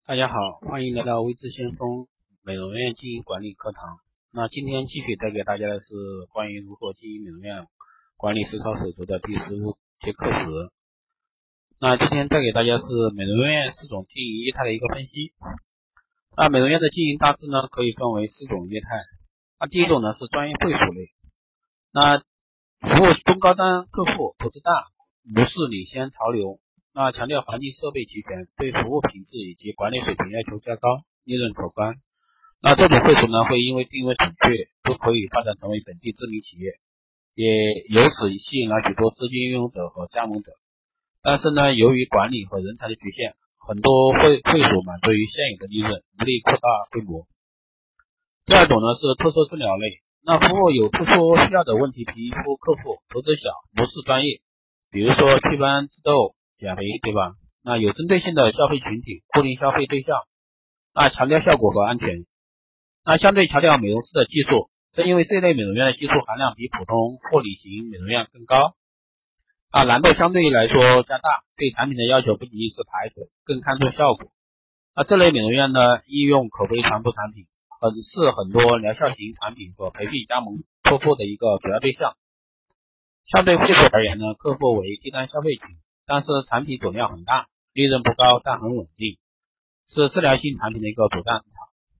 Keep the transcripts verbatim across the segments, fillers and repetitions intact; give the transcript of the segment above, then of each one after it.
大家好，欢迎来到微智先锋美容院经营管理课堂。那今天继续带给大家的是关于如何经营美容院管理实操手册的第十五节课时。那今天带给大家是美容院四种经营业态的一个分析。那美容院的经营大致呢可以分为四种业态。那第一种呢是专业会所类，那服务中高端客户，投资大，模式领先潮流。那强调环境设备齐全，对服务品质以及管理水平要求较高，利润可观。那这种会所呢，会因为定位准确，都可以发展成为本地知名企业，也由此吸引了许多资金运用者和加盟者。但是呢，由于管理和人才的局限，很多会会所满足于现有的利润，无力扩大规模。第二种呢是特色治疗类，那服务有特殊需要的问题皮肤客户，投资小，模式专业，比如说祛斑、治痘、减肥，对吧？那有针对性的消费群体，固定消费对象，那强调效果和安全，那相对强调美容师的技术，正因为这类美容院的技术含量比普通护理型美容院更高，啊，难度相对来说加大，对产品的要求不仅仅是牌子，更看重效果。那这类美容院呢，应用口碑传播产品，很是很多疗效型产品和培训加盟客户的一个主要对象。相对会所而言呢，客户为低端消费群，但是产品总量很大，利润不高但很稳定，是治疗性产品的一个主战场。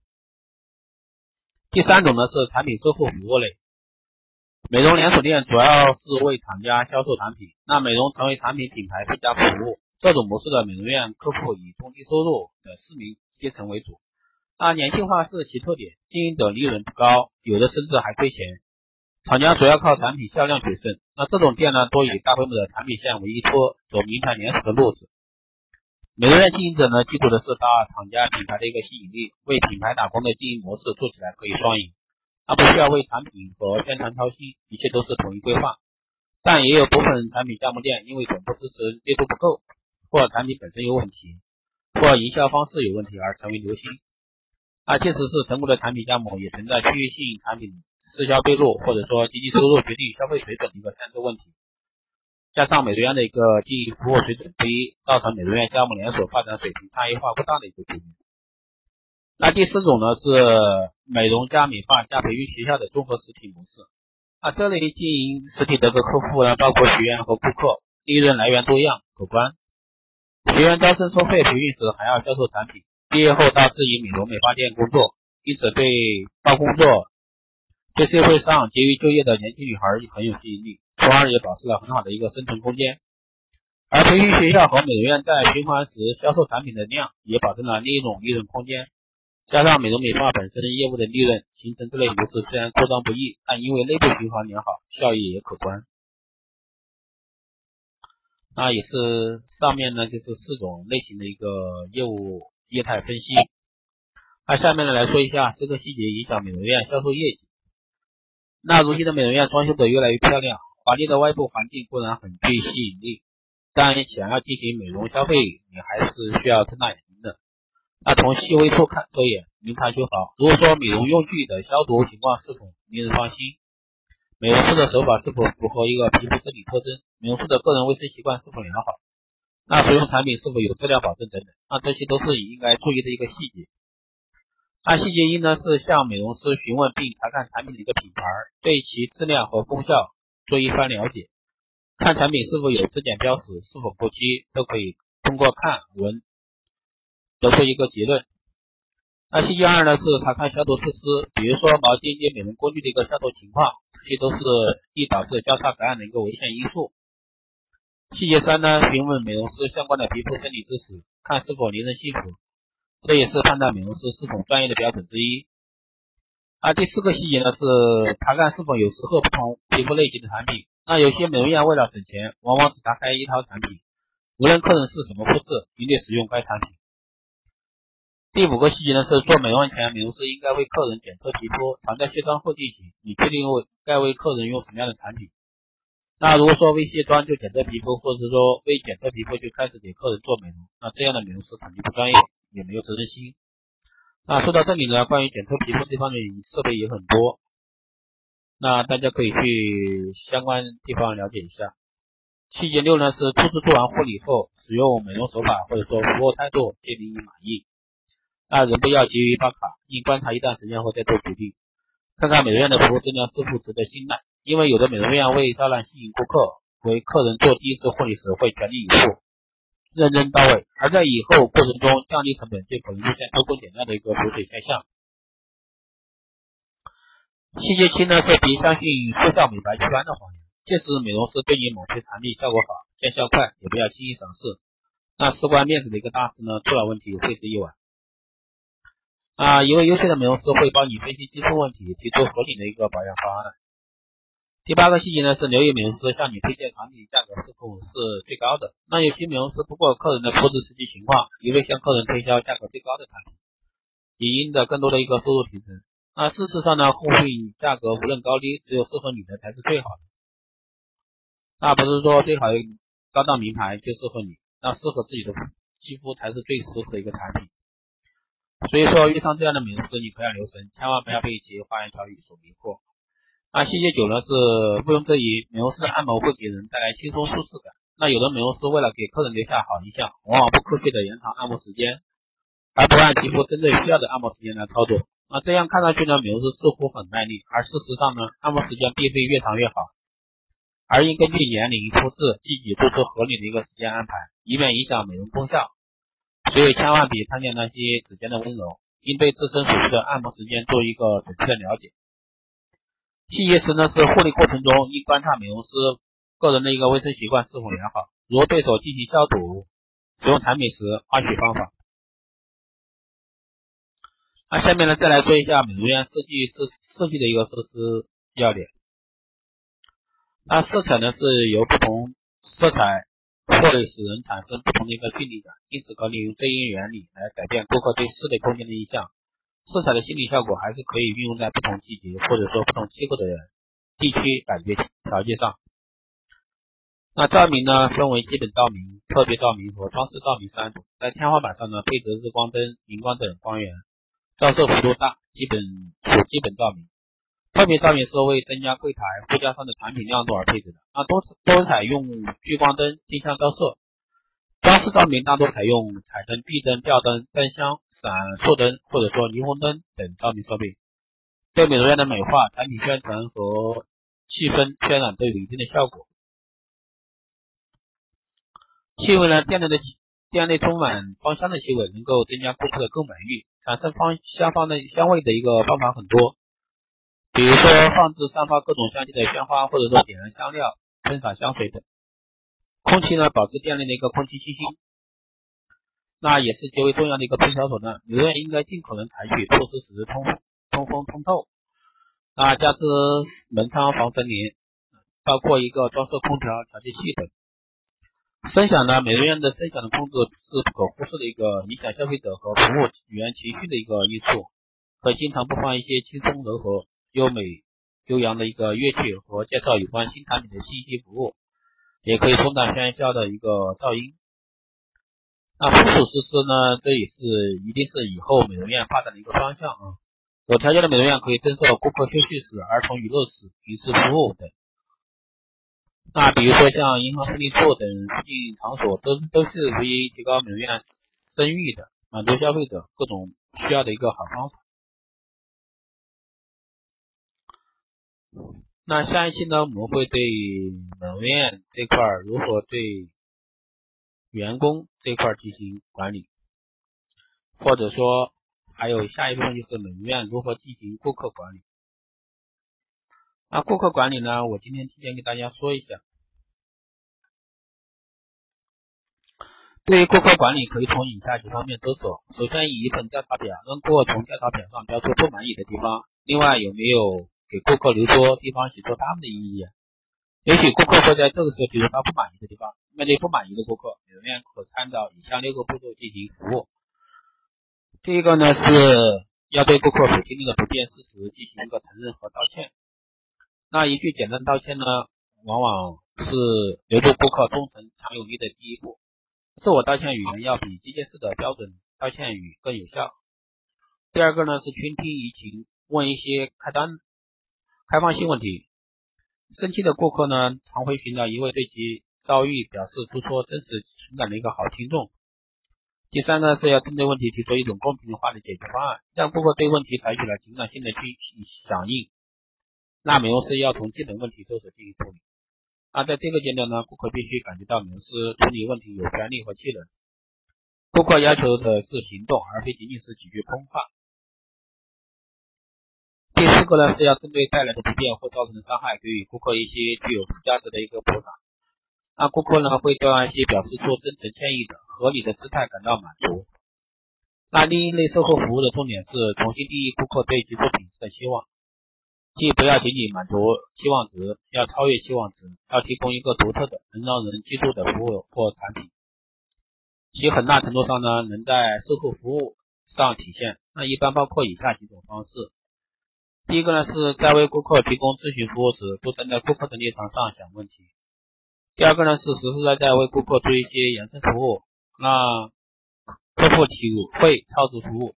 第三种呢是产品售后服务类，美容连锁店主要是为厂家销售产品，那美容成为产品品牌附加服务。这种模式的美容院客户以中低收入的市民阶层为主，那年轻化是其特点，经营者利润不高，有的甚至还亏钱。厂家主要靠产品销量取胜，那这种店呢，多以大规模的产品线为依托，走名牌连锁的路子。美容院经营者呢，记住的是大厂家品牌的一个吸引力，为品牌打工的经营模式做起来可以双赢，那不需要为产品和宣传操心，一切都是统一规划。但也有部分产品加盟店因为总部支持力度不够，或产品本身有问题，或营销方式有问题而成为流星。那即使是成功的产品加盟，也存在区域性产品市销对路，或者说经济收入决定消费水准的一个参差问题，加上美容院的一个经营服务水准不一，造成美容院加盟连锁发展水平差异化不大的一个局面。那第四种呢是美容加美发加培训学校的综合实体模式。那这类经营实体的个客户呢，包括学员和顾客，利润来源多样可观。学员招生收费培训时还要销售产品，毕业后大致以美容美发店工作，因此对到工作对社会上急于就业的年轻女孩很有吸引力，从而也保持了很好的一个生存空间。而培训学校和美容院在循环时销售产品的量也保证了另一种利润空间，加上美容美发本身业务的利润，形成这类模式虽然扩张不易，但因为内部循环良好，效益也可观。那也是上面呢就是四种类型的一个业务业态分析。那下面呢来说一下四个细节影响美容院销售业绩。那如今的美容院装修得越来越漂亮，华丽的外部环境固然很具吸引力，但想要进行美容消费，你还是需要睁大眼睛的。那从细微处看遮掩，明察秋毫。如果说美容用具的消毒情况是否令人放心，美容师的手法是否符合一个皮肤生理特征，美容师的个人卫生习惯是否良好，那使用产品是否有质量保证等等，那这些都是应该注意的一个细节。那细节一呢是向美容师询问并查看产品的一个品牌，对其质量和功效做一番了解，看产品是否有质检标识，是否过期，都可以通过看闻得出一个结论。那细节二呢是查看消毒设施，比如说毛巾及美容工具的一个消毒情况，这些都是易导致交叉感染的一个危险因素。细节三呢询问美容师相关的皮肤生理知识，看是否令人信服，这也是判断美容师是否专业的标准之一。啊，第四个细节呢是查看是否有适合不同皮肤类型的产品。那有些美容院为了省钱，往往只查开一套产品，无论客人是什么肤质，一律使用该产品。第五个细节呢是做美容院前，美容师应该为客人检测皮肤，常在卸妆后进行，你确定该为客人用什么样的产品。那如果说未卸妆就检测皮肤，或者是说未检测皮肤就开始给客人做美容，那这样的美容师肯定不专业，也没有责任心。那说到这里呢，关于检测皮肤这方面设备也很多，那大家可以去相关地方了解一下。细节六呢是初次做完护理后，使用美容手法或者说服务态度皆令你满意。 那仍不要急于发卡，应观察一段时间后再做决定，看看美容院的服务质量是否值得信赖。因为有的美容院为招揽吸引顾客，为客人做第一次护理时会全力以赴，认真到位，而在以后过程中降低成本，就可能出现偷工减料的一个流水现象。细节期呢是比相信速效美白一般的谎言，即使美容师对你某些产品效果好，见效快，也不要轻易尝试。那事关面子的一个大事呢，出了问题废纸一碗。啊，一位优秀的美容师会帮你分析基础问题，提出合理的一个保养方案。第八个细节呢是留意美容师向你推荐产品价格是否是最高的。那有些美容师不顾客人的肤质实际情况，一味向客人推销价格最高的产品，以赢得更多的一个收入提成。那事实上呢，护肤价格无论高低，只有适合你的才是最好的。那不是说最好的高档名牌就适合你，那适合自己的肌肤才是最适合的一个产品。所以说遇上这样的美容师，你可要留神，千万不要被其花言巧语所迷惑。那细节九呢是毋庸置疑，美容师的按摩会给人带来轻松舒适感。那有的美容师为了给客人留下好印象，往往不科学的延长按摩时间，而不按肌肤真正需要的按摩时间来操作。那这样看上去呢，美容师似乎很卖力，而事实上呢，按摩时间并非越长越好，而应根据年龄、肤质、季节做出合理的一个时间安排，以免影响美容功效。所以千万别贪恋那些指尖的温柔，应对自身所需的按摩时间做一个准确的了解。细节十呢是护理过程中应观察美容师个人的一个卫生习惯是否良好，如对手进行消毒，使用产品时花取方法。那下面呢再来说一下美容院设计设设计的一个设施要点。那色彩呢是由不同色彩或者使人产生不同的一个距离感，因此可利用正音原理来改变顾客对室内空间的印象。色彩的心理效果还是可以运用在不同季节或者说不同气候的地区感觉条件上。那照明呢分为基本照明、特别照明和装饰照明三种，在天花板上呢配置日光灯、明光等光源，照射幅度大，基本属基本照明。特别照明是为增加柜台、附加上的产品亮度而配置的，那多多采用聚光灯、定向照射。装饰照明大多采用彩灯、壁灯、吊灯、灯箱、闪烁灯或者说霓虹灯等照明设备，对美容院的美化、产品宣传和气氛渲染都有一定的效果。气味呢，店内的店内充满芳香的气味，能够增加顾客的购买欲，产生芳香芳的香味的一个方法很多，比如说放置散发各种香气的鲜花，或者说点燃香料、喷洒香水等。空气呢，保持店内的一个空气清新，那也是极为重要的一个推销手段。美容院应该尽可能采取措施，使之通通风通透。那加之门窗防尘帘，包括一个装饰空调、调节器等。声响呢，美容院的声响的控制是不可忽视的一个影响消费者和服务员情绪的一个因素，可经常播放一些轻松柔和、优美悠扬的一个乐曲和介绍有关新产品的信息服务。也可以中断喧嚣的一个噪音。那附属设施呢，这也是一定是以后美容院发展的一个方向啊。有条件的美容院可以增设顾客休息室、儿童娱乐室、影视服务等。那比如说像银行福利处等附近场所，都都是可以提高美容院声誉的，满足消费者各种需要的一个好方法。那下一期呢，我们会对美容院这块如何对员工这块进行管理，或者说还有下一部分就是美容院如何进行顾客管理。那顾客管理呢，我今天提前给大家说一下。对于顾客管理，可以从以下几方面着手。首先，以一份调查表，让顾客从调查表上标出不满意的地方。另外，有没有给顾客留出地方写出他们的意义？也许顾客会在这个时候提出他不满意的地方。面对不满意的顾客，美容院可参照以下六个步骤进行服务。第一个呢，是要对顾客所经历的不便事实进行一个承认和道歉。那一句简单道歉呢，往往是留住顾客忠诚强有力的第一步。自我道歉语言要比机械式的标准道歉语更有效。第二个呢，是倾听舆情，问一些开单开放性问题。生气的顾客呢，常会寻找一位对其遭遇表示出说真实情感的一个好听众。 第三个是要针对问题提出一种公平化的解决方案，让顾客对问题采取了情感性的去响应。那美容师要从基本问题着手进行处理。那在这个阶段呢，顾客必须感觉到美容师处理问题有权利和技能。顾客要求的是行动，而非仅仅是几句空话。第四个呢，是要针对带来的不便或造成的伤害，给予顾客一些具有附加值的一个补偿。那顾客呢会对那些表示出真诚歉意的合理的姿态感到满足。那另一类售后服务的重点是重新定义顾客对技术品质的期望，即不要仅仅满足期望值，要超越期望值，要提供一个独特的能让人记住的服务或产品，其很大程度上呢能在售后服务上体现。那一般包括以下几种方式。第一个呢是在为顾客提供咨询服务时，都站在顾客的立场上想问题。第二个呢是实实在在为顾客做一些延伸服务，让客户体会超值服务。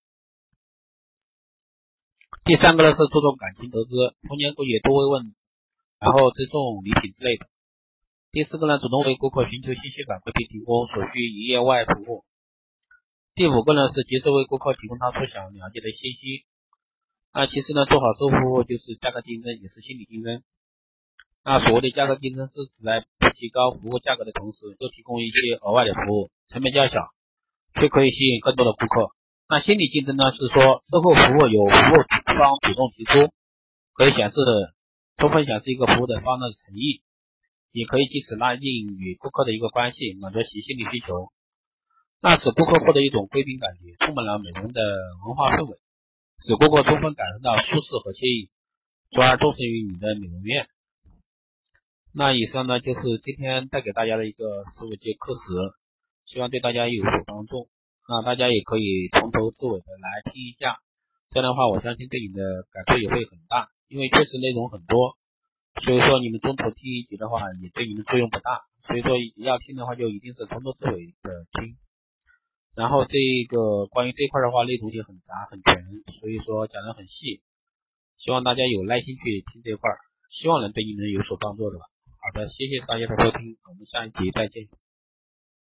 第三个呢是注重感情投资，逢年过节多慰问，然后赠送礼品之类的。第四个呢，主动为顾客寻求信息反馈并提供所需营业外服务。第五个呢是及时为顾客提供他所想了解的信息。那其实呢，做好售后服务就是价格竞争，也是心理竞争。那所谓的价格竞争是指在不提高服务价格的同时，又提供一些额外的服务，成本较小，却可以吸引更多的顾客。那心理竞争呢，是说售后服务由服务方主动提出，可以显示充分显示一个服务的方的诚意，也可以借此拉近与顾客的一个关系，满足其心理需求。那使顾客获得一种归宾感觉，充满了美容的文化氛围，使顾客充分感受到舒适和惬意，从而忠诚于你的美容院。那以上呢就是今天带给大家的一个十五节课时，希望对大家有所帮助。那大家也可以从头至尾的来听一下，这样的话我相信对你的感受也会很大，因为确实内容很多，所以说你们中途听一集的话也对你们作用不大，所以说要听的话就一定是从头至尾的听。然后这个关于这块的话内容也很杂很全，所以说讲得很细，希望大家有耐心去听这块，希望能对你们有所帮助的吧。好的，谢谢大家的收听，我们下一集再见。